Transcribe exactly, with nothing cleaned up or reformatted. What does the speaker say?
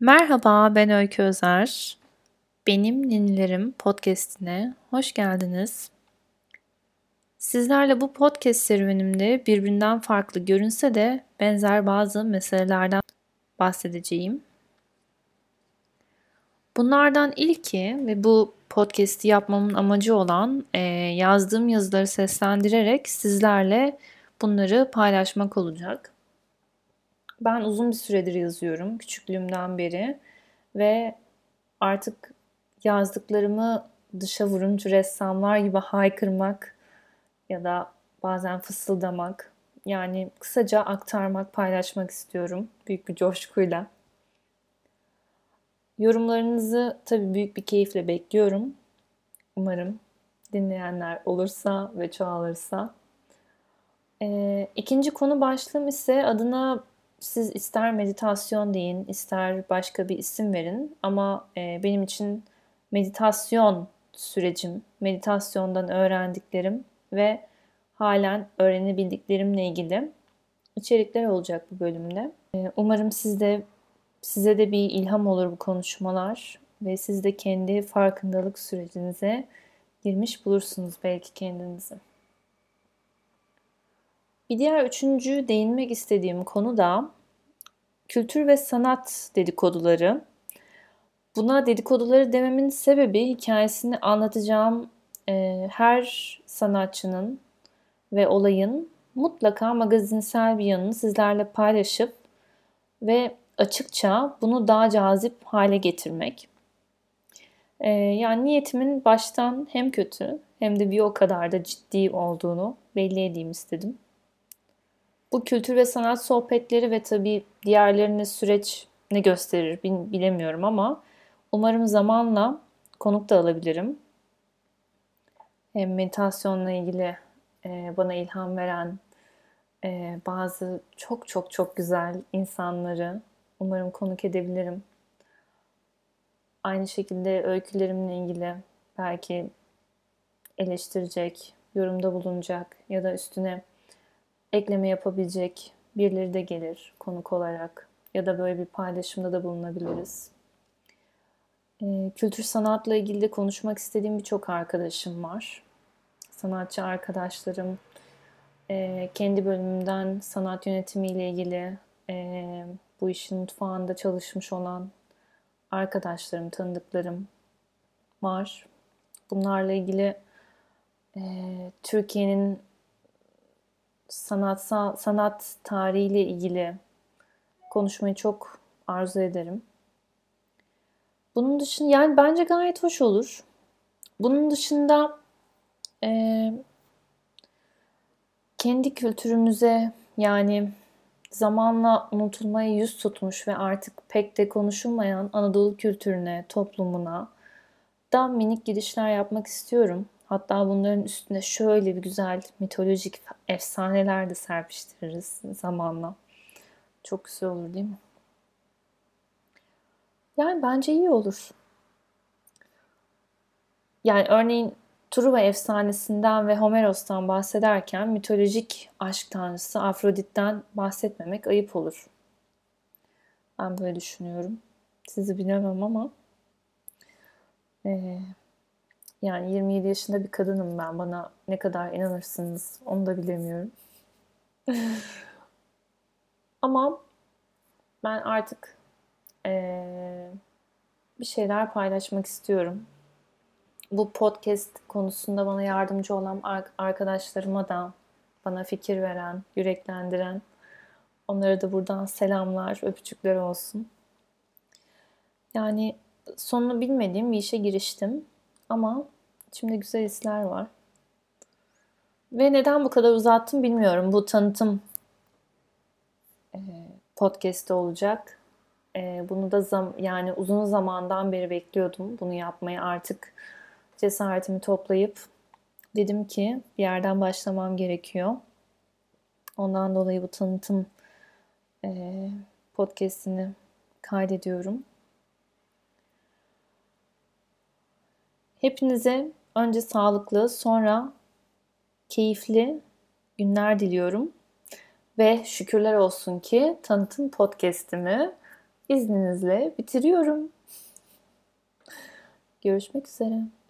Merhaba, ben Öykü Özer. Benim Ninnilerim podcast'ine hoş geldiniz. Sizlerle bu podcast serüvenimde birbirinden farklı görünse de benzer bazı meselelerden bahsedeceğim. Bunlardan ilki ve bu podcast'i yapmamın amacı olan e, yazdığım yazıları seslendirerek sizlerle bunları paylaşmak olacak. Ben uzun bir süredir yazıyorum, küçüklüğümden beri ve artık yazdıklarımı dışa vurumcu ressamlar gibi haykırmak ya da bazen fısıldamak, yani kısaca aktarmak, paylaşmak istiyorum büyük bir coşkuyla. Yorumlarınızı tabii büyük bir keyifle bekliyorum. Umarım dinleyenler olursa ve çoğalırsa. Ee, ikinci konu başlığım ise adına siz ister meditasyon deyin, ister başka bir isim verin. Ama e, benim için meditasyon sürecim, meditasyondan öğrendiklerim ve halen öğrenebildiklerimle ilgili içerikler olacak bu bölümde. E, umarım siz de size de bir ilham olur bu konuşmalar ve siz de kendi farkındalık sürecinize girmiş bulursunuz belki kendinizi. Bir diğer üçüncü değinmek istediğim konu da kültür ve sanat dedikoduları. Buna dedikoduları dememin sebebi hikayesini anlatacağım e, her sanatçının ve olayın mutlaka magazinsel bir yanını sizlerle paylaşıp ve açıkça bunu daha cazip hale getirmek. E, yani niyetimin baştan hem kötü hem de bir o kadar da ciddi olduğunu belli edeyim istedim. Bu kültür ve sanat sohbetleri ve tabii diğerlerine süreç ne gösterir bilemiyorum ama umarım zamanla konuk da alabilirim. Hem meditasyonla ilgili e, bana ilham veren e, bazı çok çok çok güzel insanları umarım konuk edebilirim. Aynı şekilde öykülerimle ilgili belki eleştirecek, yorumda bulunacak ya da üstüne ekleme yapabilecek birileri de gelir konuk olarak ya da böyle bir paylaşımda da bulunabiliriz. Ee, kültür sanatla ilgili de konuşmak istediğim birçok arkadaşım var. Sanatçı arkadaşlarım, e, kendi bölümümden sanat yönetimiyle ilgili e, bu işin mutfağında çalışmış olan arkadaşlarım, tanıdıklarım var. Bunlarla ilgili e, Türkiye'nin sanatsal sanat tarihiyle ilgili konuşmayı çok arzu ederim. Bunun dışında yani bence gayet hoş olur. Bunun dışında e, kendi kültürümüze yani zamanla unutulmaya yüz tutmuş ve artık pek de konuşulmayan Anadolu kültürüne, toplumuna da minik girişler yapmak istiyorum. Hatta bunların üstüne şöyle bir güzel mitolojik efsaneler de serpiştiririz zamanla. Çok güzel olur değil mi? Yani bence iyi olur. Yani örneğin Truva efsanesinden ve Homeros'tan bahsederken mitolojik aşk tanrısı Afrodit'ten bahsetmemek ayıp olur. Ben böyle düşünüyorum. Sizi bilemem ama e, yani yirmi yedi yaşında bir kadınım ben. Bana ne kadar inanırsınız onu da bilemiyorum. Ama ben artık e, bir şeyler paylaşmak istiyorum. Bu podcast konusunda bana yardımcı olan arkadaşlarıma da bana fikir veren, yüreklendiren onlara da buradan selamlar, öpücükler olsun. Yani sonunu bilmediğim bir işe giriştim ama içimde güzel hisler var. Ve neden bu kadar uzattım bilmiyorum. Bu tanıtım podcast'te olacak. Bunu da zam- yani uzun zamandan beri bekliyordum bunu yapmayı. Artık cesaretimi toplayıp dedim ki bir yerden başlamam gerekiyor. Ondan dolayı bu tanıtım e, podcast'ini kaydediyorum. Hepinize önce sağlıklı, sonra keyifli günler diliyorum. Ve şükürler olsun ki tanıtım podcast'imi İzninizle bitiriyorum. Görüşmek üzere.